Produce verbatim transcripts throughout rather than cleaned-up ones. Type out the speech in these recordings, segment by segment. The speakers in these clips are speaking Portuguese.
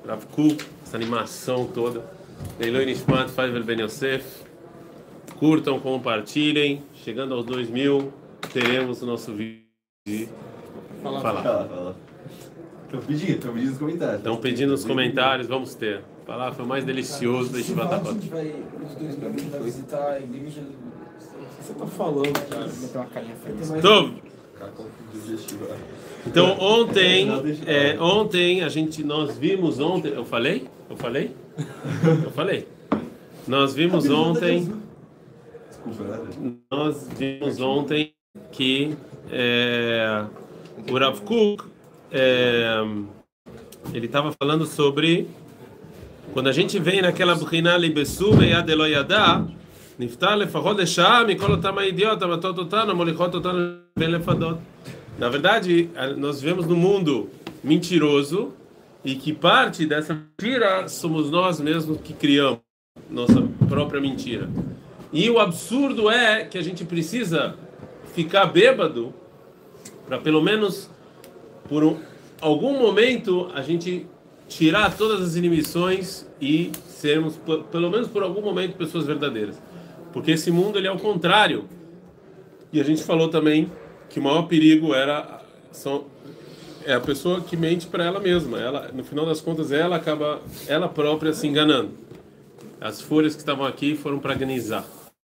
Rav Kook, essa animação toda. Leiloi Nishmat, Faivel Ben Yosef. Curtam, compartilhem. Chegando aos dois mil, teremos o nosso vídeo de Fala, falar. Fala, fala. Estão pedindo, estão pedindo nos comentários. Estão pedindo nos comentários, vamos ter. Falar, foi o mais delicioso da Yeshivat A HaKotel. gente vai, os dois mil, a gente vai visitar a igreja. O que você tá falando, cara? Botar uma carinha feia. Então, Cara, confundiu o Yeshiva. então ontem, é, ontem a gente, nós vimos ontem, eu falei? Eu falei? Eu falei. Nós vimos ontem, Desculpa, né? nós vimos ontem que é, o Rav Kook, é, ele estava falando sobre quando a gente vem naquela Bchina Libesu Veyad Elo Yadá, Niftar Lefachot Lesha'a Mikol Otam Haidiot Amatot Otanu Molichot Otanu Ben Lefadot. Na verdade, nós vivemos num mundo mentiroso e que parte dessa mentira somos nós mesmos que criamos nossa própria mentira. E o absurdo é que a gente precisa ficar bêbado para pelo menos por um, algum momento a gente tirar todas as inibições e sermos pelo menos por algum momento pessoas verdadeiras. Porque esse mundo ele é o contrário. E a gente falou também que o maior perigo era são, é a pessoa que mente para ela mesma. Ela, no final das contas, ela acaba ela própria se enganando. As folhas que estavam aqui foram para agonizar.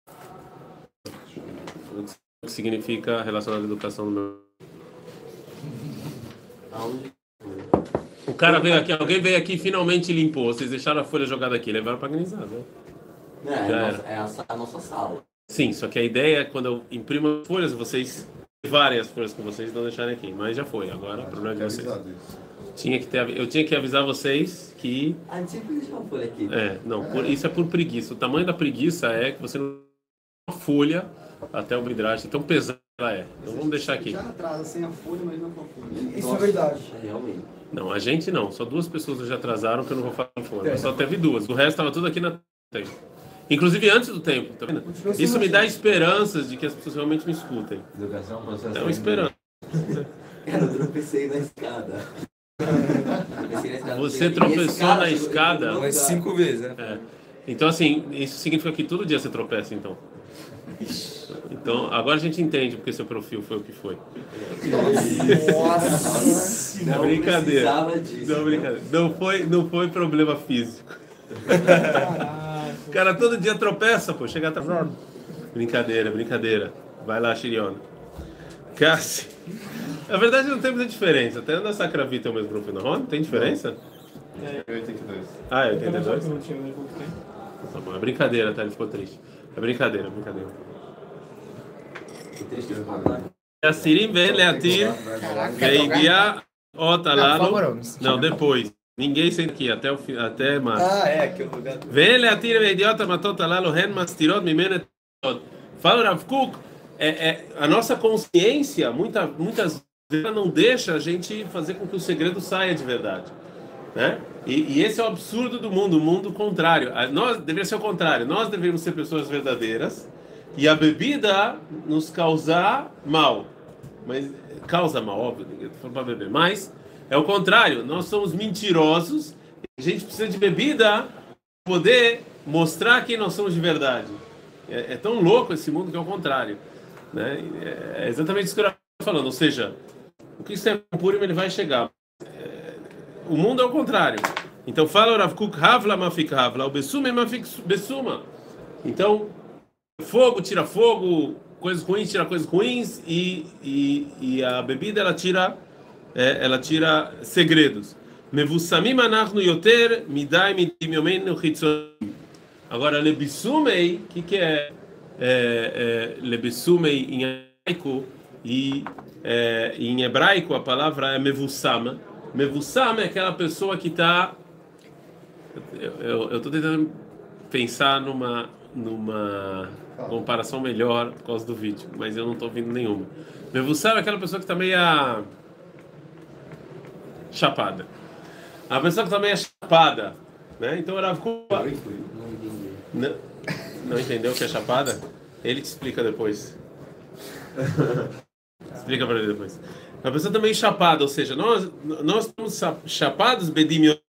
O que significa relacionado à educação no meu. O cara veio aqui, alguém veio aqui e finalmente limpou. Vocês deixaram a folha jogada aqui, levaram para agonizar, né? Não, é, a nossa, é a, a nossa sala. Sim, só que a ideia é quando eu imprimo as folhas, vocês levarem as folhas com vocês e não deixarem aqui. Mas já foi, agora o problema é de vocês. Tinha que ter, eu tinha que avisar vocês que... A gente sempre deixa uma folha aqui. É, não, por, isso é por preguiça. O tamanho da preguiça é que você não tem uma folha até o Midrash, tão pesada ela é. Então vamos deixar aqui. Já atrasa sem a folha, mas não com a folha. Isso é verdade. É, realmente. Não, a gente não. Só duas pessoas já atrasaram que eu não vou falar em folha. Só teve duas. O resto estava tudo aqui na tempo. Inclusive antes do tempo, tá vendo? Isso me dá esperanças de que as pessoas realmente me escutem. Educação é um processo. É uma esperança. Cara, eu tropecei na escada. Tropecei na escada. Você E tropeçou esse cara na chegou- escada? chegou no Mas lugar. cinco vezes, né? É. Então, assim, isso significa que todo dia você tropeça, então. Então, agora a gente entende porque seu perfil foi o que foi. Nossa! Não, Não brincadeira. precisava disso. Não, brincadeira. Não foi, não foi problema físico. Caraca! O cara todo dia tropeça, pô, chega atrasado. Brincadeira, brincadeira. Vai lá, Shiriona. Cassi. Na verdade, não tem muita diferença. Até na Sacravita é o mesmo grupo, não? Tem diferença? É oitenta e dois. Ah, é oitenta e dois? Não tinha nem pouco tempo. Tá bom, é brincadeira, tá? Ele ficou triste. É brincadeira, é brincadeira. Que triste eu falar. Assirim vem Leatir, Veigia, Ota Lalo. Não, depois. Ninguém senta aqui, até o fim, até março. Ah, é, que o lugar. Vem Leatir, Veidiota, Matota Lalo, Ren Mastirot, Mimene. Fala o Rav Kook, é, é, a nossa consciência, muita, muitas vezes, ela não deixa a gente fazer com que o segredo saia de verdade. Né? E, e esse é o absurdo do mundo, o mundo contrário. A- Nós deveria ser o contrário. Nós deveríamos ser pessoas verdadeiras e a bebida nos causar mal. Mas causa mal, óbvio, ninguém tá falando para beber. Mas é o contrário. Nós somos mentirosos. E a gente precisa de bebida para poder mostrar quem nós somos de verdade. É, é tão louco esse mundo que é o contrário, né? É exatamente isso que eu estava falando. Ou seja, o que é puro ele vai chegar. O mundo é o contrário. Então fala o Rav Kook, Havla mafik Havla, o Besuma é mafik Besuma. Então, fogo tira fogo, coisas ruins tira coisas ruins e, e, e a bebida ela tira é, ela tira segredos. Mevussamim anachnu yoter midai midim yomenu chitzonim. Agora, lebisumei, o que, que é, é, é lebisumei em hebraico? E é, em hebraico a palavra é mevussama. Mevussam é aquela pessoa que está... Eu estou tentando pensar numa, numa comparação melhor por causa do vídeo, mas eu não estou ouvindo nenhuma. Mevussam é aquela pessoa que está meio chapada. A pessoa que está meio chapada, né? Então era... Não, não entendeu o que é chapada? Ele te explica depois. Explica para ele depois. A pessoa também chapada, ou seja, nós nós estamos chapados, bedimio,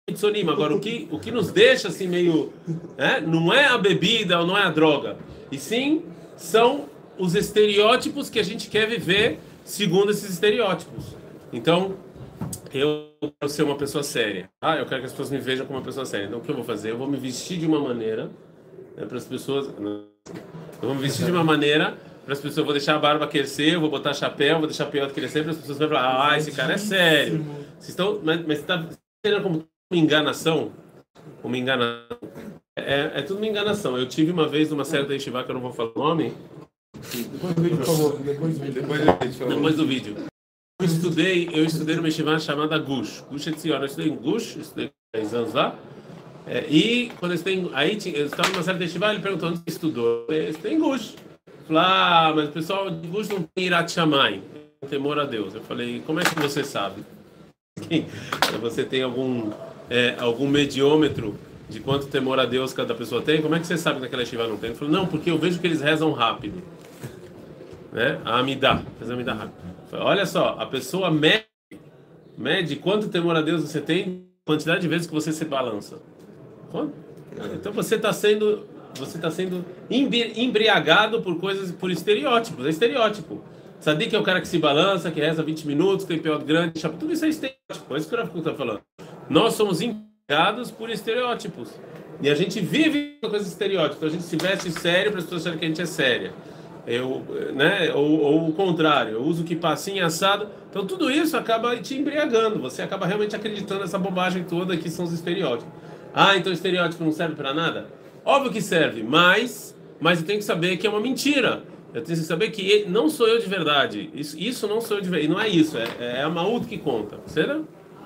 Hitzonim. Agora, o que, o que nos deixa assim meio... Né? Não é a bebida ou não é a droga. E sim, são os estereótipos que a gente quer viver segundo esses estereótipos. Então, eu quero ser uma pessoa séria. Ah, eu quero que as pessoas me vejam como uma pessoa séria. Então, o que eu vou fazer? Eu vou me vestir de uma maneira, né, para as pessoas... Eu vou me vestir de uma maneira para as pessoas... Eu vou deixar a barba crescer, eu vou botar chapéu, vou deixar o peiote crescer, para as pessoas vão falar, ah, esse cara é sério. Vocês estão... Mas, mas você está entendendo como uma enganação? Uma enganação. É, é tudo uma enganação. Eu tive uma vez numa série da Yeshiva, que eu não vou falar o nome. Depois do vídeo, por favor. Depois do vídeo. Depois do vídeo. Depois do vídeo. Eu estudei, eu estudei numa yeshiva chamada Gush. Gush Etzion. Eu estudei em Gush, estudei dez anos lá. É, e quando eu estudei, aí tinha, eu estava numa série de yeshiva, ele perguntou onde você estudou. Eu estudei em Gush. Falei, ah, mas o pessoal de Gush não tem Irat Shamayim, não temor a Deus. Eu falei, como é que você sabe? Você tem algum, é, algum mediômetro de quanto temor a Deus cada pessoa tem? Como é que você sabe que naquela yeshiva não tem? Ele falou, não, porque eu vejo que eles rezam rápido. Né? A Amidah, faz a Amidah rápido. Olha só, a pessoa mede, mede quanto temor a Deus você tem, quantidade de vezes que você se balança. Quanto? Então você está sendo, você está sendo embriagado por coisas, por estereótipos. É estereótipo. Sadik é o cara que se balança, que reza vinte minutos, tem peiote grande, tudo isso é estereótipo. É isso que o Rafa está falando. Nós somos embriagados por estereótipos. E a gente vive com esses estereótipos. A gente se veste sério para as pessoas acharem que a gente é séria. Eu, né, ou, ou o contrário, eu uso que passinho assado. Então tudo isso acaba te embriagando. Você acaba realmente acreditando nessa bobagem toda que são os estereótipos. Ah, então o estereótipo não serve para nada? Óbvio que serve, mas, mas eu tenho que saber que é uma mentira. Eu tenho que saber que não sou eu de verdade. Isso, isso não sou eu de verdade. E não é isso, é, é a Maúd que conta. Será?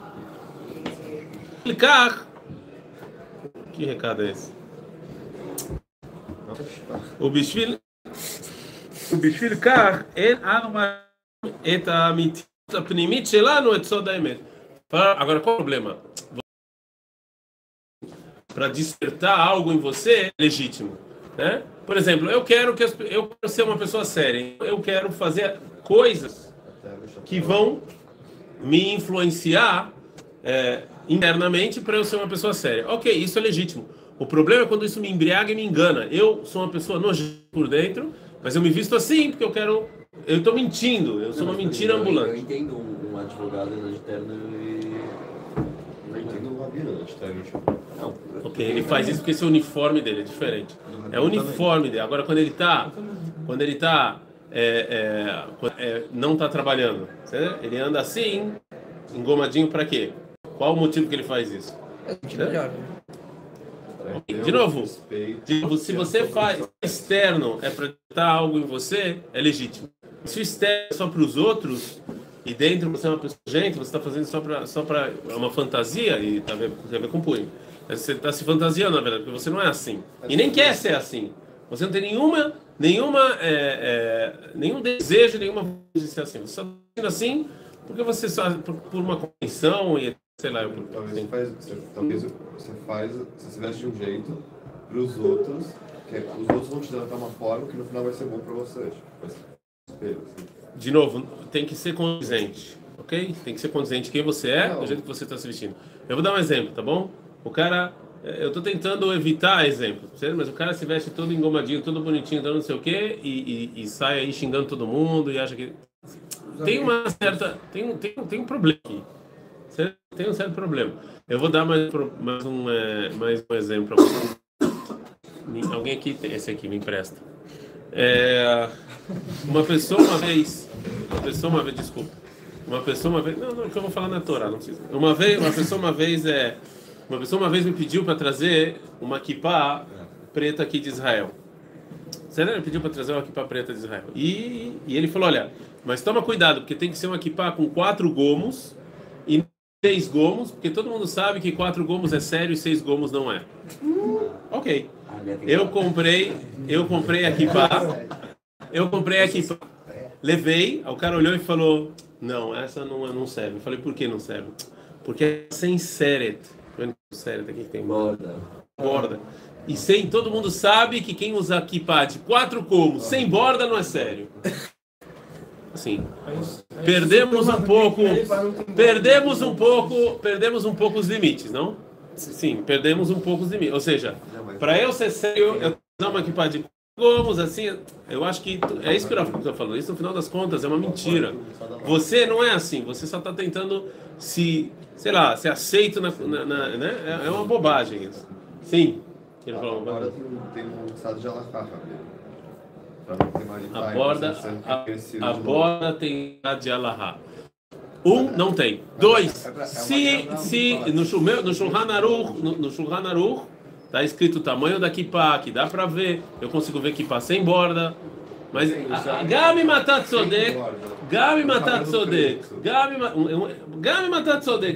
Explicar. Que recado é esse? O Bishvil. ובשביל כך אין אנו את האמיתיות הפנימית שלנו את סוד האמת. Agora qual é o problema? Para despertar algo em você é legítimo, né? Por exemplo, eu quero que eu quero ser uma pessoa séria. Eu quero fazer coisas que vão me influenciar é, internamente para eu ser uma pessoa séria. Ok, isso é legítimo. O problema é quando isso me embriaga e me engana. Eu sou uma pessoa nojenta por dentro, mas eu me visto assim porque eu quero... Eu estou mentindo, eu sou uma mentira ambulante. Eu entendo um, um advogado de terno e... Eu entendo um rabino de terno. Não. Ok, ele faz isso porque esse uniforme dele é diferente. É o uniforme dele. Agora, quando ele está... Quando ele está... É, é, é, não está trabalhando, certo? Ele anda assim, engomadinho para quê? Qual o motivo que ele faz isso? Melhor. De novo, de novo, se você faz externo é para dar algo em você, é legítimo. Se o externo é só para os outros e dentro você é uma pessoa gente, você está fazendo só para só para uma fantasia e tá vendo, tem a ver com punho. Você está se fantasiando na verdade, porque você não é assim e nem quer ser assim. Você não tem nenhuma nenhuma é, é, nenhum desejo, nenhuma vontade de ser assim. Você está sendo assim porque você só por, por uma convenção e sei lá, eu, talvez você faz, você, talvez você faz, você se veste de um jeito para os outros, que é, os outros vão te dar uma forma que no final vai ser bom para você. Tipo, vai ser um espelho, assim. De novo, tem que ser condizente, ok? Tem que ser condizente quem você é, Não. do jeito que você está se vestindo. Eu vou dar um exemplo, tá bom? O cara, eu estou tentando evitar exemplos, mas o cara se veste todo engomadinho, todo bonitinho, todo não sei o quê, e, e, e sai aí xingando todo mundo e acha que tem uma certa, tem, tem, tem um problema aqui. Tem um certo problema. Eu vou dar mais, mais, um, é, mais um exemplo para você. Alguém aqui, esse aqui, me empresta. É, uma pessoa uma vez, uma pessoa uma vez, desculpa. Uma pessoa uma vez, não, não, que eu vou falar na Torá, não precisa. Uma vez, uma pessoa uma vez é, uma pessoa uma vez me pediu para trazer uma kippah preta aqui de Israel. Sério, ele pediu para trazer uma kippah preta de Israel. E, e ele falou, olha, mas toma cuidado, porque tem que ser uma kippah com quatro gomos e seis gomos, porque todo mundo sabe que quatro gomos é sério e seis gomos não é. Ok. Eu comprei, eu comprei a kippah, eu comprei a kippah, levei, o cara olhou e falou, não, essa não, não serve. Eu falei, por que não serve? Porque é sem seret. Seret aqui que tem borda. Borda. E sem, todo mundo sabe que quem usa kippah de quatro gomos, sem borda, não é sério. Assim, perdemos um pouco, perdemos um pouco, perdemos um pouco os limites, não? sim, perdemos um pouco de mim. Ou seja, para eu ser sério, eu não uma equipa de gomos, assim, eu acho que é isso que eu estou falando. Isso, no final das contas, é uma mentira. Você não é assim. Você só está tentando se, sei lá, ser aceito na, na, na né? É uma bobagem isso. Sim. Ele falou, agora tem um estado de alahá, a borda, a, a borda tem de alahá. Um, não tem. Dois, se, se no Shulchan Aruch, no, no Shulchan Aruch, tá escrito o tamanho da kippah, que dá para ver. Eu consigo ver kippah sem borda. Mas Gami Matat Sodek, Gami Matat Sodek, Gami Matat Sodek,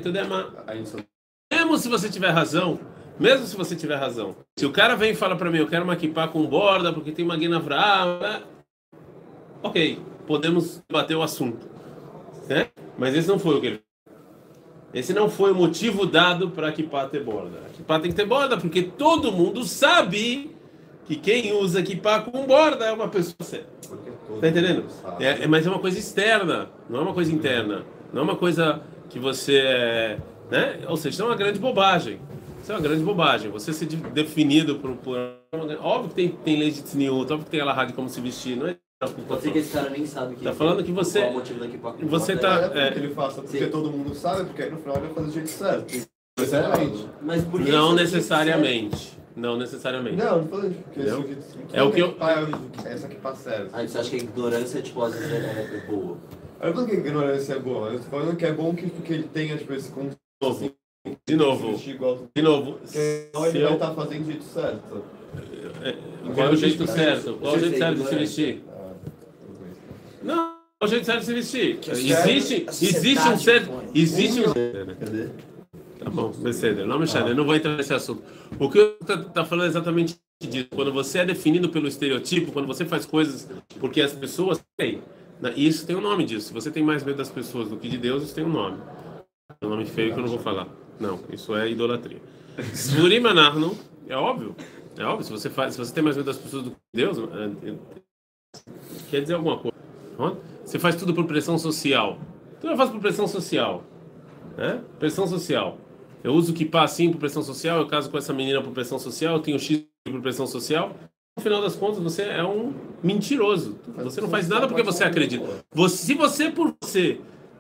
mesmo se você tiver razão, mesmo se você tiver razão. Se o cara vem e fala para mim, eu quero uma kippah com borda porque tem uma guina Avraham, né? Ok, podemos debater o assunto, né? Mas esse não foi o que ele. Esse não foi o motivo dado para a kippah ter borda. A kippah tem que ter borda porque todo mundo sabe que quem usa kippah com borda é uma pessoa séria. Tá entendendo? É, é, mas é uma coisa externa, não é uma coisa interna. Não é uma coisa que você é, né? Ou seja, isso é uma grande bobagem. Isso é uma grande bobagem. Você ser definido por, por óbvio que tem tem lei de tzniut, óbvio que tem alahá de como se vestir, não é? Pode ser que esse cara nem sabe que tá falando que você qual é o motivo da kippah. Você tá é, que ele faça porque Sim. todo mundo sabe, porque aí no final ele vai fazer do jeito certo. Necessariamente. Mas por que não necessariamente. Não necessariamente. Não, não falando porque não. Jeito, é o que eu essa que passa certo. Ah, você acha que a ignorância tipo às vezes é boa? Eu não tô falando que a ignorância é boa, eu tô falando que é bom que, que ele tenha tipo esse conceito assim, de novo. De novo. Senão ele vai estar fazendo do jeito certo. Qual é o jeito certo? Qual é o jeito certo de se vestir? Não, é o jeito certo de se vestir. Existe, existe um certo. Existe um. Cadê? Tá bom, Mercedes, não me chame, eu não vou entrar nesse assunto. O que eu tá, tá falando é exatamente disso. Quando você é definido pelo estereotipo, quando você faz coisas porque as pessoas têm. Isso tem um nome disso. Se você tem mais medo das pessoas do que de Deus, isso tem um nome. É um nome feio que eu não vou falar. Não, isso é idolatria. Surim Anarno, é óbvio. É óbvio, se você, faz, se você tem mais medo das pessoas do que de Deus, é, é, quer dizer alguma coisa. Você faz tudo por pressão social. Tudo eu faço por pressão social. Né? Pressão social. Eu uso o kippah assim por pressão social, eu caso com essa menina por pressão social, eu tenho X por pressão social. No final das contas, você é um mentiroso. Você não faz nada porque você acredita. Você, se você, por você,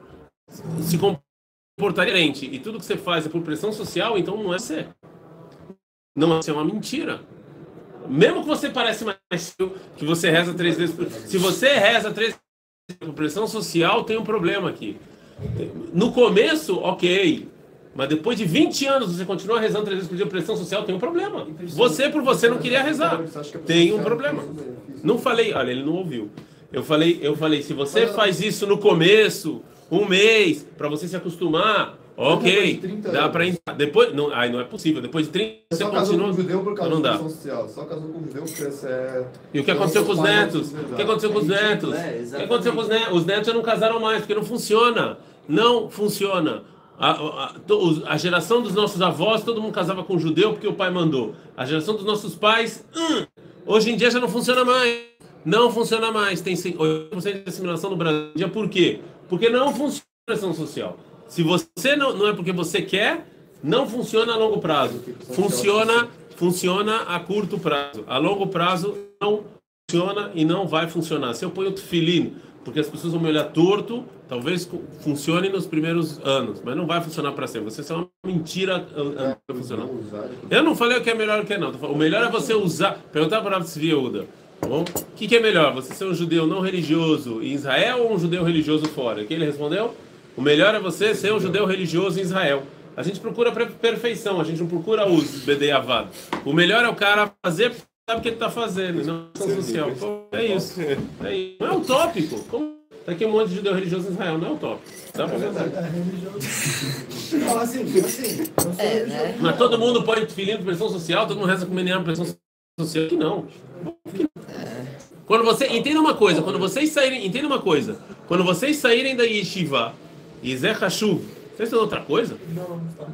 se comportaria diferente e tudo que você faz é por pressão social, então não é você. Não é ser uma mentira. Mesmo que você pareça mais que você reza três vezes por... Se você reza três vezes por pressão social, tem um problema aqui. No começo, ok. Mas depois de vinte anos você continua rezando três vezes por dia por pressão social, tem um problema. Você por você não queria rezar. Tem um problema. Não falei, olha, ele não ouviu. Eu falei, eu falei, se você faz isso no começo, um mês, para você se acostumar, ok, dá para entrar. Depois, não, ai, não é possível. Depois de trinta, você continua. Com judeu por causa não dá. Social. Só casou com judeu porque você é... E o que aconteceu com os netos? O que aconteceu com os netos? O que aconteceu com os netos? Os netos já não casaram mais porque não funciona. Não funciona. A, a, a geração dos nossos avós, todo mundo casava com judeu porque o pai mandou. A geração dos nossos pais, hum, hoje em dia já não funciona mais. Não funciona mais. Tem oitenta por cento de assimilação no Brasil. Por quê? Porque não funciona a pressão social. Se você não, não é porque você quer, não funciona a longo prazo. Funciona, funciona a curto prazo. A longo prazo não funciona e não vai funcionar. Se eu ponho o tefilim, porque as pessoas vão me olhar torto, talvez funcione nos primeiros anos, mas não vai funcionar para sempre. Você é uma mentira antes de funcionar. Eu não falei o que é melhor e o que é não. O melhor é você usar. Perguntar para a Tzvi Yehuda. Bom, o que, que é melhor? Você ser um judeu não religioso em Israel ou um judeu religioso fora? O que ele respondeu? O melhor é você ser um judeu religioso em Israel. A gente procura perfeição, a gente não procura os Bedei Avad. O melhor é o cara fazer, sabe o que ele está fazendo, não é social. É isso. É isso. Não é utópico. Como... Tá aqui um monte de judeu religioso em Israel, não é utópico. Dá pra pensar. Fala assim, assim. É, né? Mas todo mundo põe filhinho de pressão social, todo mundo reza com menina de pressão social. Que não. Quando você... Entenda uma coisa, quando vocês saírem... Entenda uma coisa. Quando vocês saírem da yeshiva e Zé Hashuv, vocês estão outra coisa? Não, não está.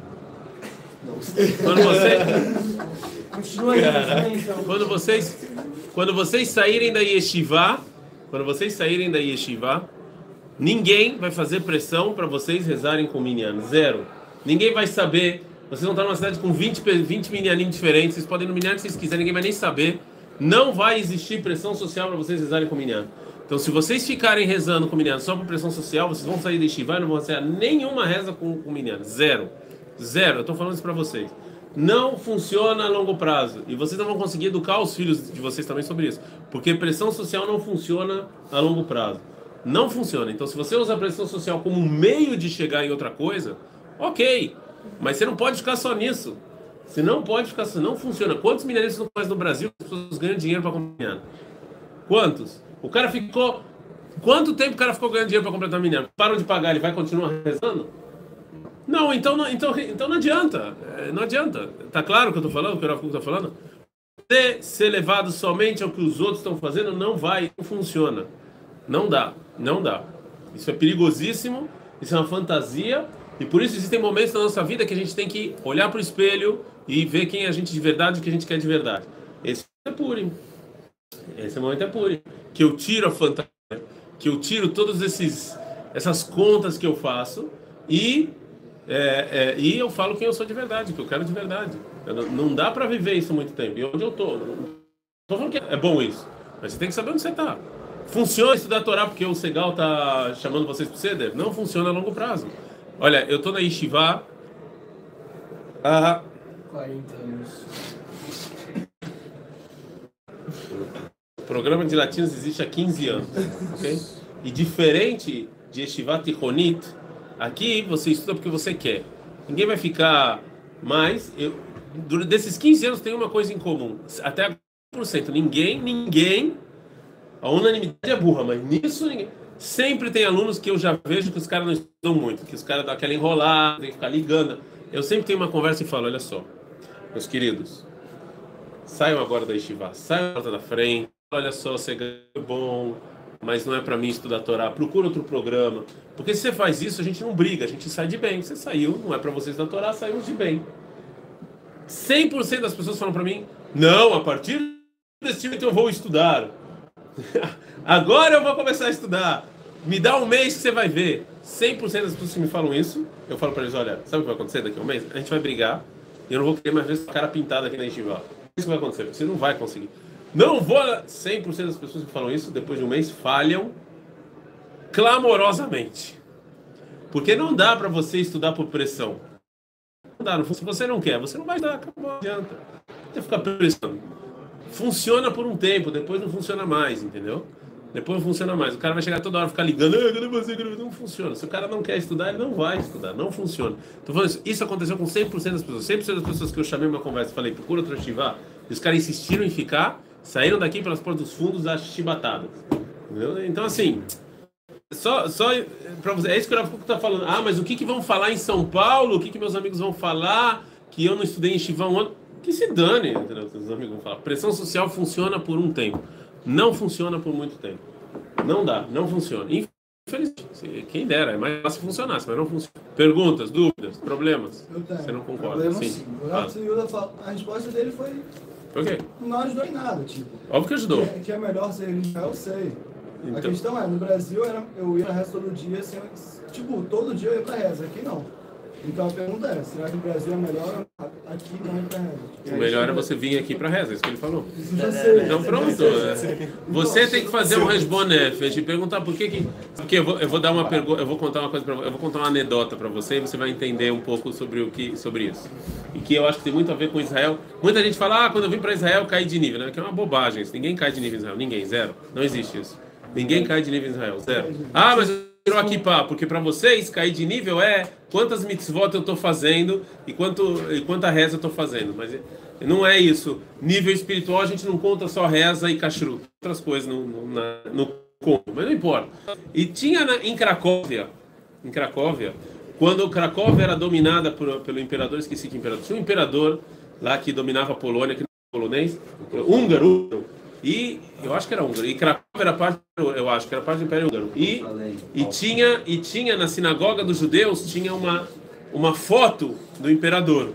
Quando você... Continua aí, então. Quando vocês... Quando vocês saírem da yeshiva... Quando vocês saírem da yeshiva, ninguém vai fazer pressão para vocês rezarem com minyan. Zero. Ninguém vai saber vocês vão estar numa cidade com vinte, vinte minyanim diferentes, vocês podem ir no minyan que vocês quiserem, ninguém vai nem saber. Não vai existir pressão social para vocês rezarem com minyan. Então, se vocês ficarem rezando com minyan só por pressão social, vocês vão sair de Shiva e não vão fazer nenhuma reza com, com minyan. Zero. Zero. Eu estou falando isso para vocês. Não funciona a longo prazo. E vocês não vão conseguir educar os filhos de vocês também sobre isso. Porque pressão social não funciona a longo prazo. Não funciona. Então, se você usa a pressão social como um meio de chegar em outra coisa, ok. Mas você não pode ficar só nisso. Você não pode ficar só. Não funciona. Quantos mineiros não faz no Brasil que as pessoas ganham dinheiro para comprar? Quantos? O cara ficou... Quanto tempo o cara ficou ganhando dinheiro para completar minério? Param de pagar, ele vai continuar rezando? Não, então não, então, então não adianta. Não adianta. Tá claro o que eu estou falando? O que o Rav Kuk está falando? Você ser levado somente ao que os outros estão fazendo não vai, não funciona. Não dá, não dá. Isso é perigosíssimo, isso é uma fantasia, e por isso existem momentos na nossa vida que a gente tem que olhar para o espelho e ver quem é a gente de verdade e o que a gente quer de verdade. Esse é Purim. Esse momento é Purim. Que eu tiro a fantasia, que eu tiro todas esses, essas contas que eu faço e, é, é, e eu falo quem eu sou de verdade, que eu quero de verdade. Eu não, não dá para viver isso muito tempo. E onde eu estou? Estou falando que é bom isso, mas você tem que saber onde você está. Funciona estudar a Torá porque o Segal está chamando vocês para o Seder? Não funciona a longo prazo. Olha, eu estou na Yeshiva há quarenta anos. O programa de latinos existe há quinze anos, ok? E diferente de Yeshiva Tichonit, aqui você estuda porque você quer. Ninguém vai ficar mais... Eu, desses quinze anos tem uma coisa em comum. Até cem por cento. Ninguém, ninguém... A unanimidade é burra, mas nisso ninguém... Sempre tem alunos que eu já vejo que os caras não estudam muito, que os caras dão aquela enrolada, tem que ficar ligando. Eu sempre tenho uma conversa e falo, olha só, meus queridos, saiam agora da Yeshiva, saiam da porta da frente, olha só, você é bom, mas não é para mim estudar a Torá, procura outro programa. Porque se você faz isso, a gente não briga, a gente sai de bem. Você saiu, não é para você estudar a Torá, saímos de bem. cem por cento das pessoas falam para mim, não, a partir desse momento eu vou estudar. Agora eu vou começar a estudar. Me dá um mês que você vai ver. cem por cento das pessoas que me falam isso, eu falo para eles, olha, sabe o que vai acontecer daqui a um mês? A gente vai brigar e eu não vou querer mais ver essa cara pintada aqui na Yeshiva. Isso vai acontecer, você não vai conseguir. Não vou... cem por cento das pessoas que falam isso, depois de um mês, falham clamorosamente. Porque não dá para você estudar por pressão. Não dá, se você não quer, você não vai dar, não adianta. Você ficar pressionando. Funciona por um tempo, depois não funciona mais, entendeu? Depois não funciona mais. O cara vai chegar toda hora e ficar ligando, ah, cadê você? Não funciona. Se o cara não quer estudar, ele não vai estudar. Não funciona. Tô falando isso, isso aconteceu com cem por cento das pessoas. cem por cento das pessoas que eu chamei uma conversa e falei, procura outro Shiva, e os caras insistiram em ficar, saíram daqui pelas portas dos fundos das chibatadas. Entendeu? Então, assim, só, só pra você, é isso que o Rav Kuk tá falando. Ah, mas o que, que vão falar em São Paulo? O que, que meus amigos vão falar? Que eu não estudei em Shiva um ano? Que se dane, entendeu? Os amigos vão falar. Pressão social funciona por um tempo. Não funciona por muito tempo. Não dá, não funciona. Infelizmente, quem dera, é mais fácil funcionasse, mas não funciona. Perguntas, dúvidas, problemas? Eu tenho. Você não concorda? Problema, sim. sim. O Rav Yuda fala, a resposta dele foi... Por quê? Não ajudou em nada, tipo. Óbvio que ajudou. Que, que é melhor ser em Israel, eu sei. Então... A questão é, no Brasil era, eu ia na reza todo dia, assim, tipo, todo dia eu ia pra reza, aqui não. Então a pergunta é, será que o Brasil é melhor aqui não ir pra reza? O melhor é você vir aqui para reza, é isso que ele falou. Isso já sei. Então pronto. Você tem que fazer um resbonef e perguntar por que que... Porque eu vou, eu vou dar uma pergunta, eu vou contar uma coisa para você, eu vou contar uma anedota para você e você vai entender um pouco sobre o que, sobre isso. E que eu acho que tem muito a ver com Israel. Muita gente fala, ah, quando eu vim para Israel caí de nível, né? Que é uma bobagem isso. Ninguém cai de nível em Israel, ninguém, zero. Não existe isso. Ninguém cai de nível em Israel, zero. Ah, mas tirou aqui pá, porque para vocês cair de nível é quantas mitzvot eu estou fazendo e, quanto, e quanta reza eu estou fazendo. Mas não é isso. Nível espiritual a gente não conta só reza e kashrut, outras coisas no, no, na, no conto, mas não importa. E tinha na, em Cracóvia, em Cracóvia, quando Cracóvia era dominada por, pelo imperador, esqueci que imperador, tinha um imperador lá que dominava a Polônia, que não era polonês, húngaro. E eu acho que era húngaro. E Cracóvia era parte, eu acho que era parte do Império Húngaro. E, e tinha e tinha na sinagoga dos judeus tinha uma uma foto do imperador.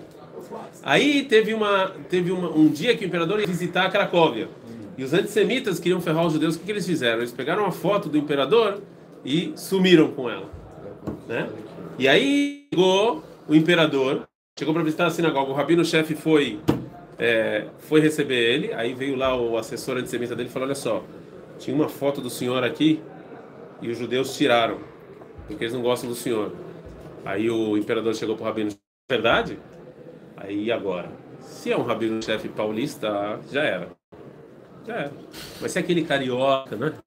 Aí teve uma teve uma, um dia que o imperador ia visitar a Cracóvia. E os antissemitas queriam ferrar os judeus. O que, que eles fizeram? Eles pegaram a foto do imperador e sumiram com ela, né? E aí chegou o imperador chegou para visitar a sinagoga. O rabino-chefe foi, é, foi receber ele. Aí veio lá o assessor antissemita dele e falou: olha só, tinha uma foto do senhor aqui e os judeus tiraram, porque eles não gostam do senhor. Aí o imperador chegou para o rabino: verdade? Aí e agora? Se é um rabino-chefe paulista, já era. Já era. Mas se é aquele carioca, né?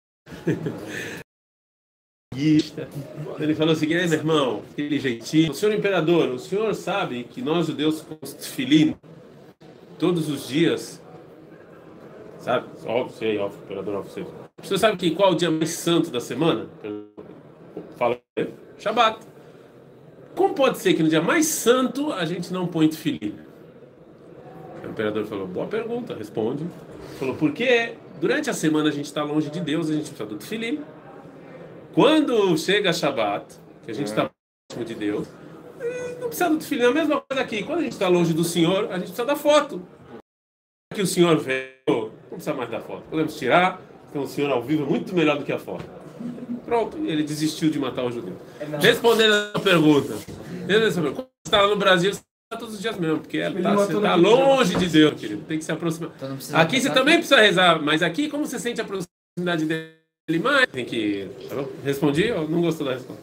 Ele falou o seguinte: meu irmão, aquele jeitinho. O senhor imperador, o senhor sabe que nós judeus comemos tefilim todos os dias, sabe? Óbvio, sei, óbvio, imperador, óbvio, sei. O senhor sabe que qual é o dia mais santo da semana? Fala, Shabat. Como pode ser que no dia mais santo a gente não põe tefilim? O imperador falou: boa pergunta, responde. Falou: porque durante a semana a gente está longe de Deus, a gente precisa do tefilim. Quando chega Shabat, que a gente está próximo de Deus, não precisa do tefilim. A mesma coisa aqui. Quando a gente está longe do Senhor, a gente precisa da foto. Que o Senhor veio, não precisa mais da foto. Podemos tirar, então o Senhor ao vivo é muito melhor do que a foto. Pronto, ele desistiu de matar o judeu. Respondendo a pergunta. Quando você está lá no Brasil, você está todos os dias mesmo, porque tá, você está longe de Deus, querido. Tem que se aproximar. Então aqui você também precisa rezar, mas aqui, como você sente a proximidade dele? Ele mais tem que. Tá, respondi ou não gostou da resposta?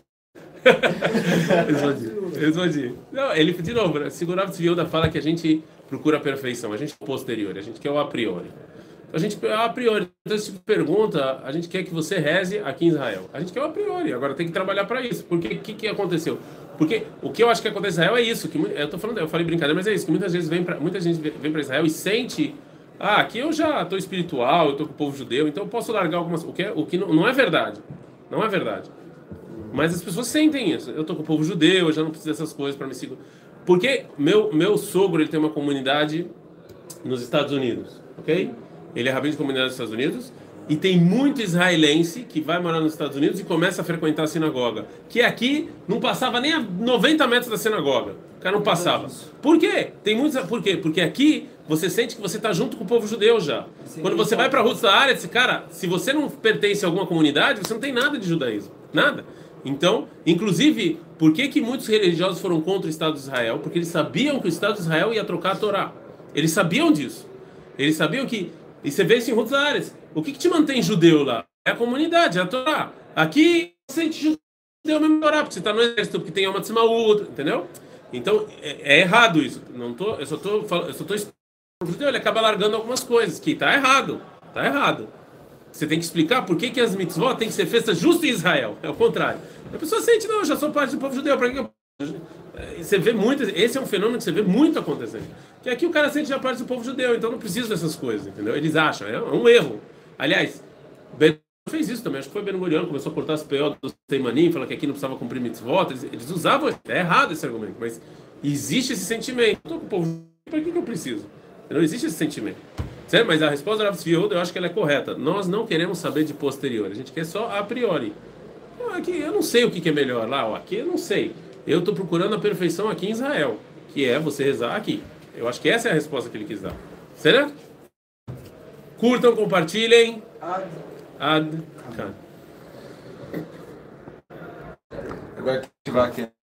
respondi. Respondi. Não, ele, de novo, né? Segurar o da fala que a gente procura a perfeição, a gente é o posterior, a gente quer o a priori. Então, a gente é o a priori. Então, se pergunta, a gente quer que você reze aqui em Israel. A gente quer o a priori, agora tem que trabalhar para isso. Porque o que, que aconteceu? Porque o que eu acho que acontece em Israel é isso. Que, eu tô falando, eu falei brincadeira, mas é isso. Que muitas vezes vem pra, muita gente vem para Israel e sente. Ah, aqui eu já estou espiritual, eu estou com o povo judeu, então eu posso largar algumas... O que, é, o que não, não é verdade. Não é verdade. Mas as pessoas sentem isso. Eu estou com o povo judeu, eu já não preciso dessas coisas para me seguir. Porque meu, meu sogro, ele tem uma comunidade nos Estados Unidos, ok? Ele é rabino de comunidade nos Estados Unidos e tem muito israelense que vai morar nos Estados Unidos e começa a frequentar a sinagoga. Que aqui não passava nem a noventa metros da sinagoga. O cara não passava. Por quê? Tem muitos... Por quê? Porque aqui... Você sente que você está junto com o povo judeu já. Sim, quando você vai para a Rutz da área, cara, se você não pertence a alguma comunidade, você não tem nada de judaísmo. Nada. Então, inclusive, por que que muitos religiosos foram contra o Estado de Israel? Porque eles sabiam que o Estado de Israel ia trocar a Torá. Eles sabiam disso. Eles sabiam que... E você vê isso em Rutz da área. O que que te mantém judeu lá? É a comunidade, é a Torá. Aqui, você sente judeu mesmo Torá, porque você está no exército, porque tem Yom Ha'atzmaut, entendeu? Então, é, é errado isso. Não tô, eu só estou... Eu só tô o judeu, ele acaba largando algumas coisas, que está errado, está errado. Você tem que explicar por que, que as mitzvot tem que ser feitas justo em Israel, é o contrário. A pessoa sente, não, eu já sou parte do povo judeu, para que eu... Você vê muito, esse é um fenômeno que você vê muito acontecendo, que aqui o cara sente já parte do povo judeu, então não precisa dessas coisas, entendeu? Eles acham, é um erro. Aliás, Ben fez isso também, acho que foi Ben Gurion, começou a cortar as P O dos Teimanim, falou que aqui não precisava cumprir mitzvot, eles, eles usavam, é errado esse argumento, mas existe esse sentimento, eu estou com o povo judeu, para que, que eu preciso? Não existe esse sentimento. Certo? Mas a resposta do Rav Tzvi, eu acho que ela é correta. Nós não queremos saber de posterior. A gente quer só a priori. Aqui, eu não sei o que é melhor lá. Ó, aqui eu não sei. Eu estou procurando a perfeição aqui em Israel. Que é você rezar aqui. Eu acho que essa é a resposta que ele quis dar. Certo? Curtam, compartilhem. Ad. Ad. Ad. Agora que vai aqui.